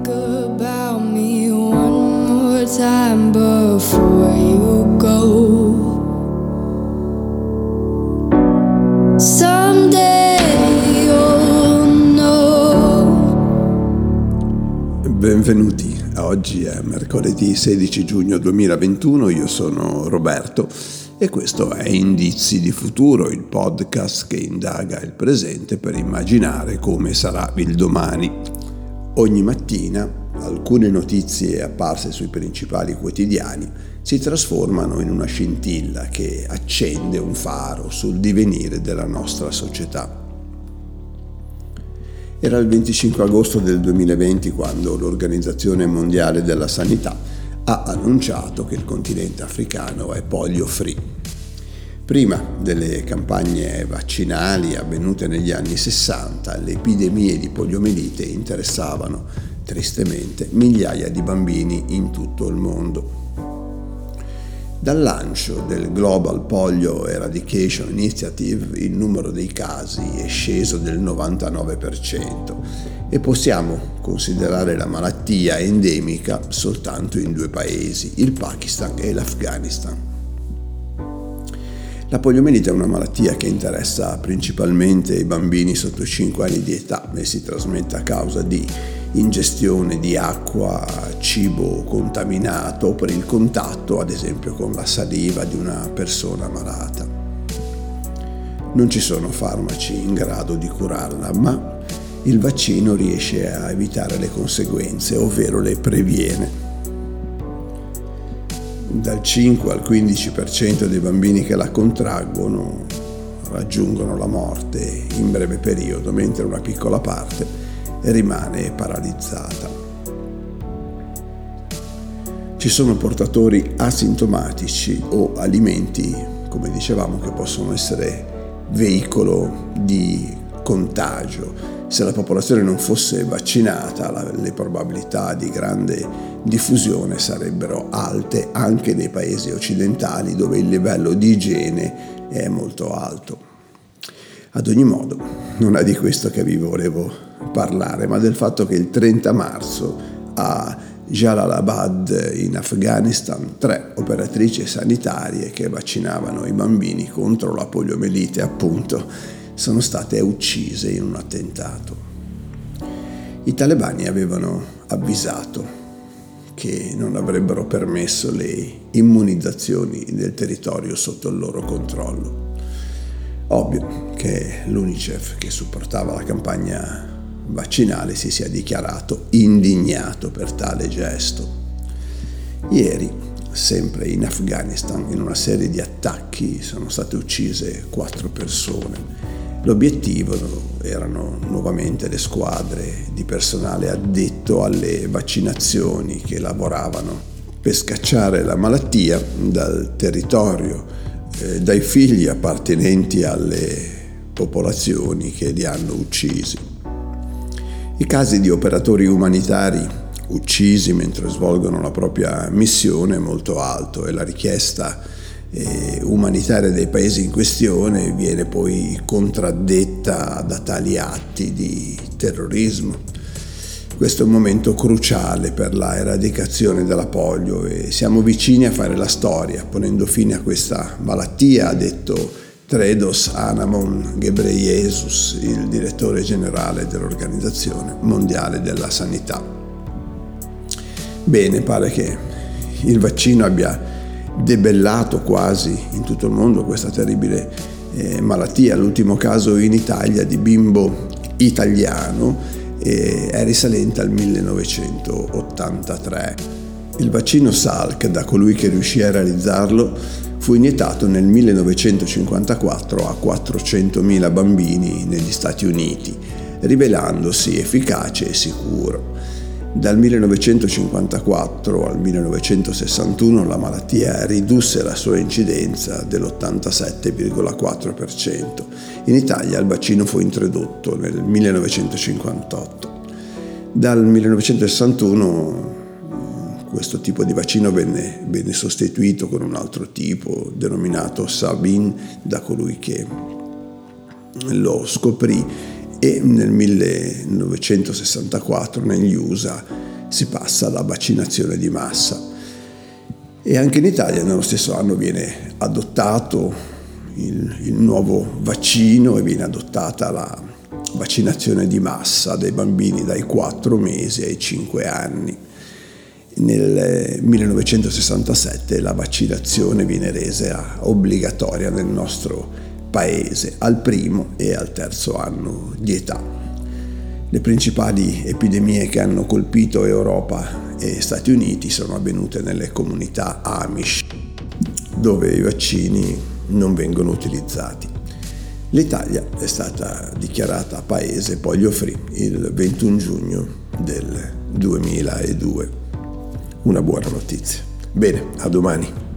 think about me one more time before you go. Someday you'll know. Benvenuti, oggi è mercoledì 16 giugno 2021, io sono Roberto e questo è Indizi di Futuro, il podcast che indaga il presente per immaginare come sarà il domani. Ogni mattina alcune notizie apparse sui principali quotidiani si trasformano in una scintilla che accende un faro sul divenire della nostra società. Era il 25 agosto del 2020 quando l'Organizzazione Mondiale della Sanità ha annunciato che il continente africano è polio free. Prima delle campagne vaccinali avvenute negli anni 60, le epidemie di poliomielite interessavano tristemente migliaia di bambini in tutto il mondo. Dal lancio del Global Polio Eradication Initiative il numero dei casi è sceso del 99% e possiamo considerare la malattia endemica soltanto in 2 paesi, il Pakistan e l'Afghanistan. La poliomielite è una malattia che interessa principalmente i bambini sotto i 5 anni di età e si trasmette a causa di ingestione di acqua, cibo contaminato o per il contatto, ad esempio, con la saliva di una persona malata. Non ci sono farmaci in grado di curarla, ma il vaccino riesce a evitare le conseguenze, ovvero le previene. Dal 5 al 15% dei bambini che la contraggono raggiungono la morte in breve periodo, mentre una piccola parte rimane paralizzata. Ci sono portatori asintomatici o alimenti, come dicevamo, che possono essere veicolo di contagio. Se la popolazione non fosse vaccinata, le probabilità di grande diffusione sarebbero alte anche nei paesi occidentali dove il livello di igiene è molto alto. Ad ogni modo, non è di questo che vi volevo parlare, ma del fatto che il 30 marzo a Jalalabad in Afghanistan 3 operatrici sanitarie che vaccinavano i bambini contro la poliomielite, appunto, sono state uccise in un attentato. I talebani avevano avvisato che non avrebbero permesso le immunizzazioni del territorio sotto il loro controllo. Ovvio che l'UNICEF, che supportava la campagna vaccinale, si sia dichiarato indignato per tale gesto. Ieri, sempre in Afghanistan, in una serie di attacchi sono state uccise 4 persone. L'obiettivo erano nuovamente le squadre di personale addetto alle vaccinazioni che lavoravano per scacciare la malattia dal territorio, dai figli appartenenti alle popolazioni che li hanno uccisi. I casi di operatori umanitari uccisi mentre svolgono la propria missione è molto alto e la richiesta umanitaria dei paesi in questione viene poi contraddetta da tali atti di terrorismo. Questo è un momento cruciale per la eradicazione della polio e siamo vicini a fare la storia, ponendo fine a questa malattia, ha detto Tedros Adhanom Ghebreyesus, il direttore generale dell'Organizzazione Mondiale della Sanità. Bene, pare che il vaccino abbia debellato quasi in tutto il mondo questa terribile malattia. L'ultimo caso in Italia di bimbo italiano è risalente al 1983. Il vaccino Salk, da colui che riuscì a realizzarlo, fu iniettato nel 1954 a 400.000 bambini negli Stati Uniti, rivelandosi efficace e sicuro. Dal 1954 al 1961 la malattia ridusse la sua incidenza dell'87,4%. In Italia il vaccino fu introdotto nel 1958. Dal 1961 questo tipo di vaccino venne sostituito con un altro tipo denominato Sabin da colui che lo scoprì, e nel 1964 negli USA si passa alla vaccinazione di massa. E anche in Italia nello stesso anno viene adottato il nuovo vaccino e viene adottata la vaccinazione di massa dei bambini dai 4 mesi ai 5 anni. Nel 1967 la vaccinazione viene resa obbligatoria nel nostro paese al primo e al terzo anno di età. Le principali epidemie che hanno colpito Europa e Stati Uniti sono avvenute nelle comunità Amish, dove i vaccini non vengono utilizzati. L'Italia è stata dichiarata paese polio-free il 21 giugno del 2002. Una buona notizia. Bene, a domani.